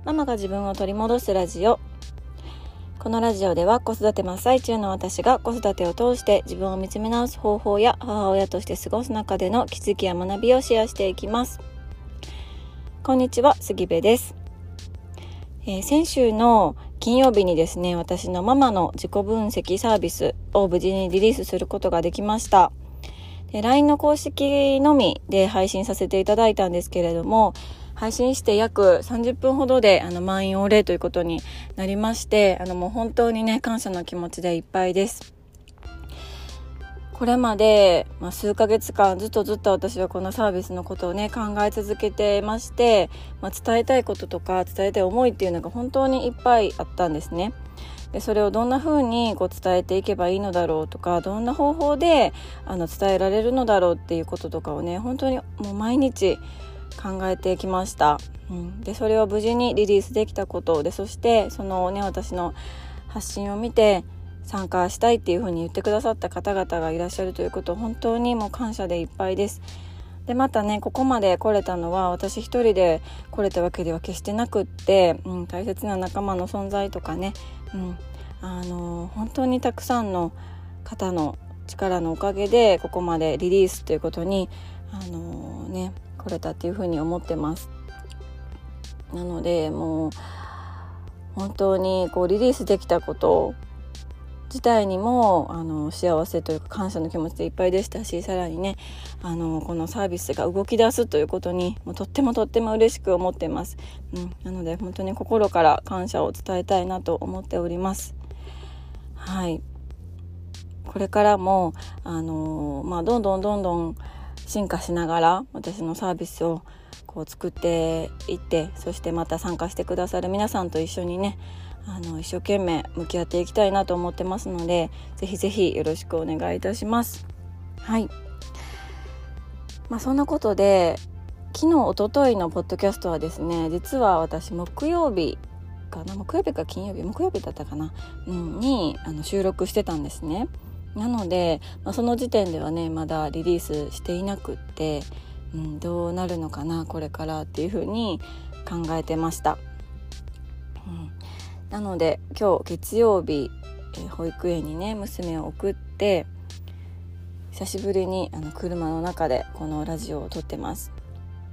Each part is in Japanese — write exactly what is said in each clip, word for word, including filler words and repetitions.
ママが自分を取り戻すラジオ。このラジオでは子育て真っ最中の私が子育てを通して自分を見つめ直す方法や母親として過ごす中での気づきや学びをシェアしていきます。こんにちは、杉部です。えー、先週の金曜日にですね、私のママの自己分析サービスを無事にリリースすることができました。で ライン の公式のみで配信させていただいたんですけれども、配信して約さんじゅっぷんほどであの満員御礼ということになりまして、あのもう本当にね感謝の気持ちでいっぱいです。これまで、まあ、数ヶ月間ずっとずっと私はこのサービスのことをね考え続けてまして、まあ、伝えたいこととか伝えたい思いっていうのが本当にいっぱいあったんですね。でそれをどんな風にこう伝えていけばいいのだろうとか、どんな方法であの伝えられるのだろうっていうこととかをね本当にもう毎日考えてきました、うん、でそれを無事にリリースできたことで、そしてそのね私の発信を見て参加したいっていう風に言ってくださった方々がいらっしゃるということを本当にもう感謝でいっぱいです。でまたねここまで来れたのは私一人で来れたわけでは決してなくって、うん、大切な仲間の存在とかね、うん、あの本当にたくさんの方の力のおかげでここまでリリースということにあのね来れたっていうふうに思ってます。なのでもう本当にこうリリースできたこと自体にもあの幸せというか感謝の気持ちでいっぱいでしたし、さらにねあのこのサービスが動き出すということにもうとってもとっても嬉しく思っています、うん、なので本当に心から感謝を伝えたいなと思っております。はい、これからもあの、まあ、どんどんどんどん進化しながら私のサービスをこう作っていって、そしてまた参加してくださる皆さんと一緒にねあの一生懸命向き合っていきたいなと思ってますので、ぜひぜひよろしくお願いいたします。はい、まあ、そんなことで昨日一昨日のポッドキャストはですね、実は私木曜日かな木曜日か金曜日木曜日だったかな、うん、にあの収録してたんですね。なので、まあ、その時点ではねまだリリースしていなくって、うん、どうなるのかなこれからっていうふうに考えてました、うん、なので今日月曜日、えー、保育園にね娘を送って久しぶりにあの車の中でこのラジオを撮ってます。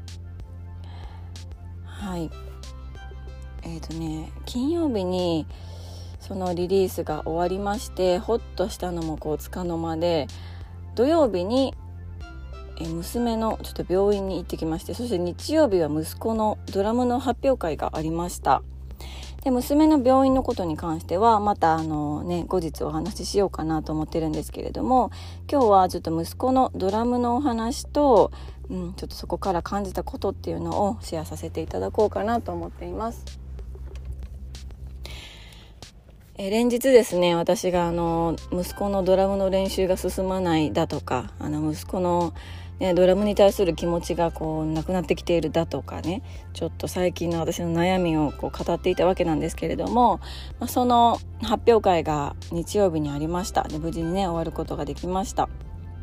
はいえーとね金曜日にそのリリースが終わりまして、ほっとしたのもこうつかの間で、土曜日にえ娘のちょっと病院に行ってきまして、そして日曜日は息子のドラムの発表会がありました。で娘の病院のことに関してはまたあの、ね、後日お話ししようかなと思ってるんですけれども、今日はちょっと息子のドラムのお話と、うん、ちょっとそこから感じたことっていうのをシェアさせていただこうかなと思っています。え連日ですね私があの息子のドラムの練習が進まないだとか、あの息子の、ね、ドラムに対する気持ちがこうなくなってきているだとかね、ちょっと最近の私の悩みをこう語っていたわけなんですけれども、まあ、その発表会が日曜日にありました。で無事にね終わることができました。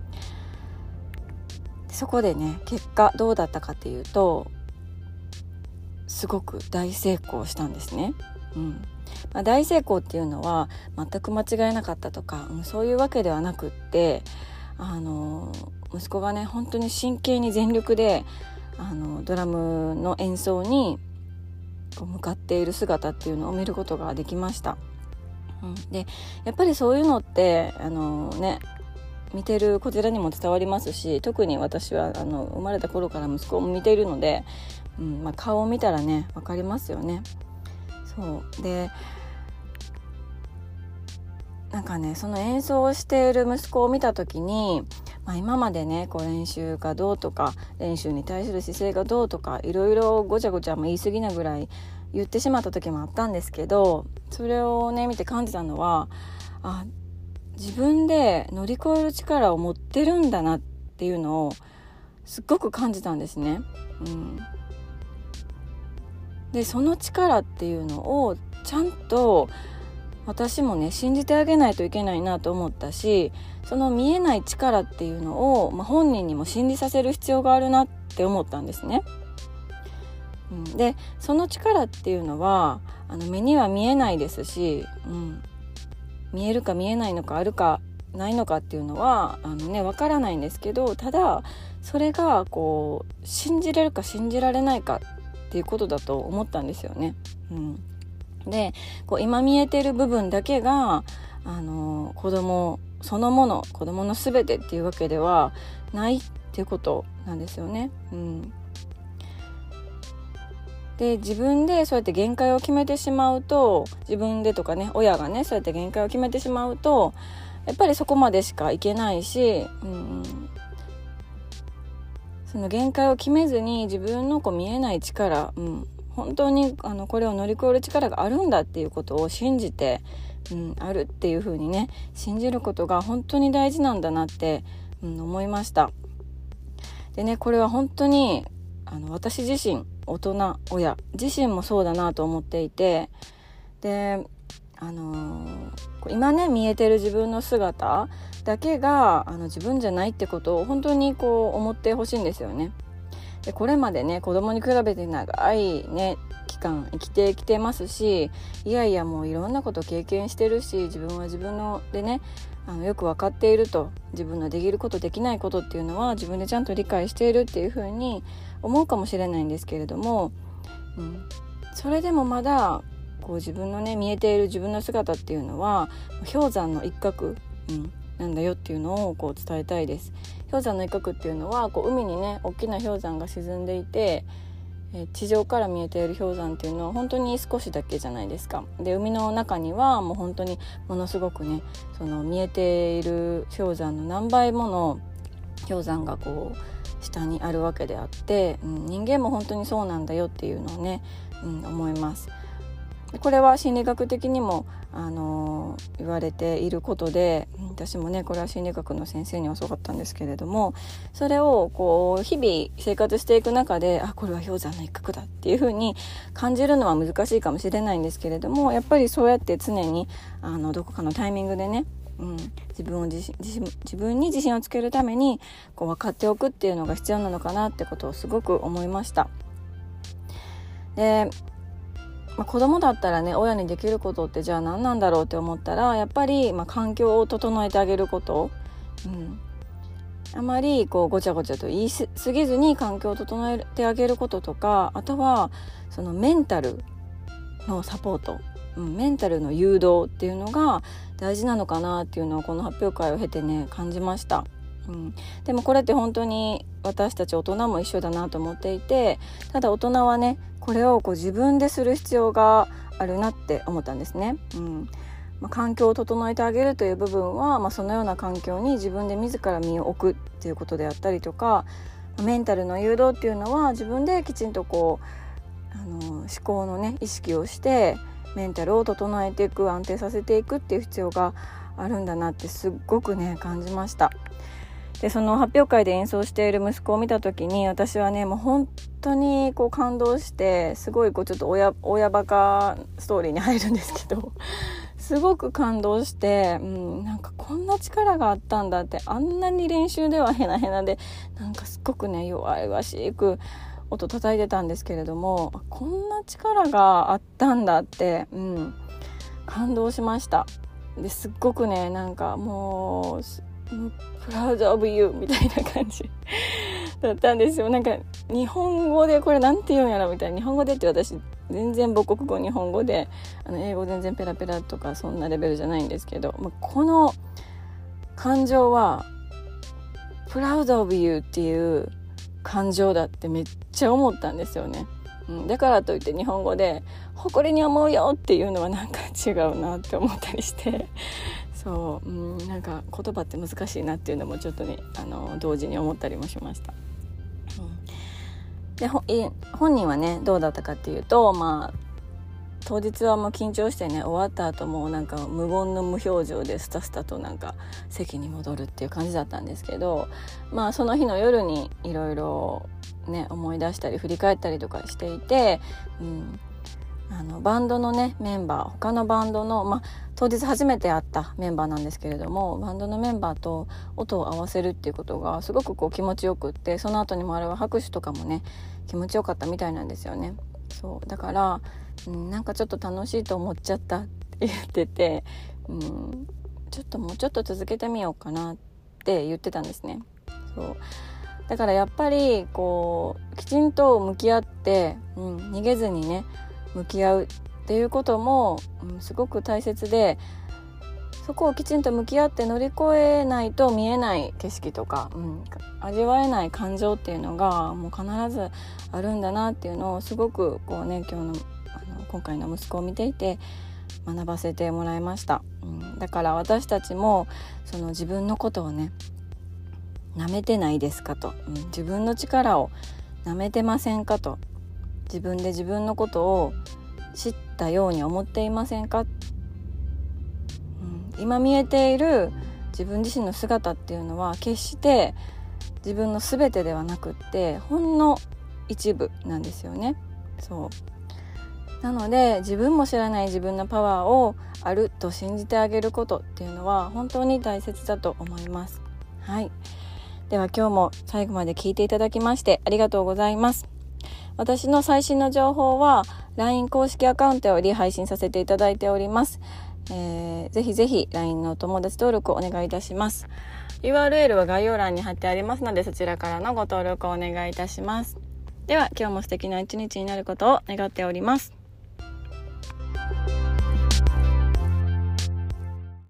そこでね結果どうだったかっていうと、すごく大成功したんですね。うんまあ、大成功っていうのは全く間違いなかったとか、うん、そういうわけではなくって、あの息子がね本当に真剣に全力であのドラムの演奏にこう向かっている姿っていうのを見ることができました、うん、でやっぱりそういうのってあのね見てるこちらにも伝わりますし、特に私はあの生まれた頃から息子も見ているので、うんまあ、顔を見たらね分かりますよね。そうでなんかねその演奏をしている息子を見た時に、まあ、今までねこう練習がどうとか練習に対する姿勢がどうとかいろいろごちゃごちゃも言い過ぎなぐらい言ってしまった時もあったんですけど、それをね見て感じたのは、あ自分で乗り越える力を持ってるんだなっていうのをすっごく感じたんですね、うん、でその力っていうのをちゃんと私もね信じてあげないといけないなと思ったし、その見えない力っていうのを、まあ、本人にも信じさせる必要があるなって思ったんですね。 うん、でその力っていうのはあの目には見えないですし、うん、見えるか見えないのかあるかないのかっていうのはあのねわからないんですけど、ただそれがこう信じれるか信じられないかっていうことだと思ったんですよね。うん、でこう今見えてる部分だけがあの子供そのもの子供の全てっていうわけではないっていうことなんですよね。うん、で自分でそうやって限界を決めてしまうと、自分でとかね親がねそうやって限界を決めてしまうとやっぱりそこまでしかいけないし、うん、その限界を決めずに自分のこう見えない力、うん、本当にあのこれを乗り越える力があるんだっていうことを信じて、うん、あるっていう風にね信じることが本当に大事なんだなって、うん、思いました。でねこれは本当にあの私自身大人親自身もそうだなと思っていて、であのー、今ね見えてる自分の姿だけがあの自分じゃないってことを本当にこう思ってほしいんですよね。でこれまでね子供に比べて長いね期間生きてきてますし、いやいやもういろんなこと経験してるし、自分は自分のでねあのよく分かっていると、自分のできることできないことっていうのは自分でちゃんと理解しているっていう風に思うかもしれないんですけれども、うん、それでもまだこう自分のね見えている自分の姿っていうのは氷山の一角、うん、なんだよっていうのをこう伝えたいです。氷山の一角っていうのはこう海にね大きな氷山が沈んでいて、え地上から見えている氷山っていうのは本当に少しだけじゃないですか。で海の中にはもう本当にものすごくねその見えている氷山の何倍もの氷山がこう下にあるわけであって、うん、人間も本当にそうなんだよっていうのをね、うん、思います。これは心理学的にも、あのー、言われていることで、私もねこれは心理学の先生に教わったんですけれども、それをこう日々生活していく中で、あこれは氷山の一角だっていう風に感じるのは難しいかもしれないんですけれども、やっぱりそうやって常にあのどこかのタイミングでね、うん、自分を自信、自信、自分に自信をつけるためにこう分かっておくっていうのが必要なのかなってことをすごく思いました。でまあ、子供だったらね親にできることってじゃあ何なんだろうって思ったら、やっぱりまあ環境を整えてあげること、うん、あまりこうごちゃごちゃと言い過ぎずに環境を整えてあげることとか、あとはそのメンタルのサポート、うん、メンタルの誘導っていうのが大事なのかなっていうのをこの発表会を経てね感じました。うん、でもこれって本当に私たち大人も一緒だなと思っていて、ただ大人はねこれをこう自分でする必要があるなって思ったんですね。うんまあ、環境を整えてあげるという部分は、まあ、そのような環境に自分で自ら身を置くっていうことであったりとか、メンタルの誘導っていうのは自分できちんとこうあの思考のね意識をしてメンタルを整えていく、安定させていくっていう必要があるんだなってすっごくね感じました。でその発表会で演奏している息子を見た時に、私はねもう本当にこう感動して、すごいこうちょっと親親バカストーリーに入るんですけどすごく感動して、うん、なんかこんな力があったんだって、あんなに練習ではヘナヘナでなんかすごくね弱々しく音叩いてたんですけれども、こんな力があったんだって、うん、感動しました。ですっごくねなんかもうproud of you みたいな感じだったんですよ。なんか日本語でこれなんて言うんやろみたいな、日本語でって私全然母国語日本語で、あの英語全然ペラペラとかそんなレベルじゃないんですけど、まあ、この感情は proud of you っていう感情だってめっちゃ思ったんですよね。うん、だからといって日本語で誇りに思うよっていうのはなんか違うなって思ったりしてそう、うん、なんか言葉って難しいなっていうのもちょっとねあの同時に思ったりもしました。うん、でほ本人はねどうだったかっていうと、まあ当日はもう緊張してね終わった後もなんか無言の無表情でスタスタとなんか席に戻るっていう感じだったんですけど、まあその日の夜にいろいろね思い出したり振り返ったりとかしていて、うん、 あのバンドのねメンバー、他のバンドの、まあ、当日初めて会ったメンバーなんですけれども、バンドのメンバーと音を合わせるっていうことがすごくこう気持ちよくって、その後にもあれは拍手とかもね気持ちよかったみたいなんですよね。そうだから、うん、なんかちょっと楽しいと思っちゃったって言ってて、うん、ちょっともうちょっと続けてみようかなって言ってたんですね。そうだからやっぱりこうきちんと向き合って、うん、逃げずにね向き合うっていうことも、うん、すごく大切で、そこをきちんと向き合って乗り越えないと見えない景色とか、うん、味わえない感情っていうのがもう必ずあるんだなっていうのをすごくこうね今日の、あの今回の息子を見ていて学ばせてもらいました、うん、だから私たちもその自分のことをね舐めてないですかと、うん、自分の力を舐めてませんかと、自分で自分のことを知ったように思っていませんか、うん、今見えている自分自身の姿っていうのは決して自分の全てではなくってほんの一部なんですよね。そうなので自分も知らない自分のパワーをあると信じてあげることっていうのは本当に大切だと思います。はい、では今日も最後まで聞いていただきましてありがとうございます。私の最新の情報は ライン 公式アカウントより配信させていただいております。えー、ぜひぜひ ライン のお友達登録をお願いいたします。 ユーアールエル は概要欄に貼ってありますのでそちらからのご登録をお願いいたします。では今日も素敵な一日になることを願っております。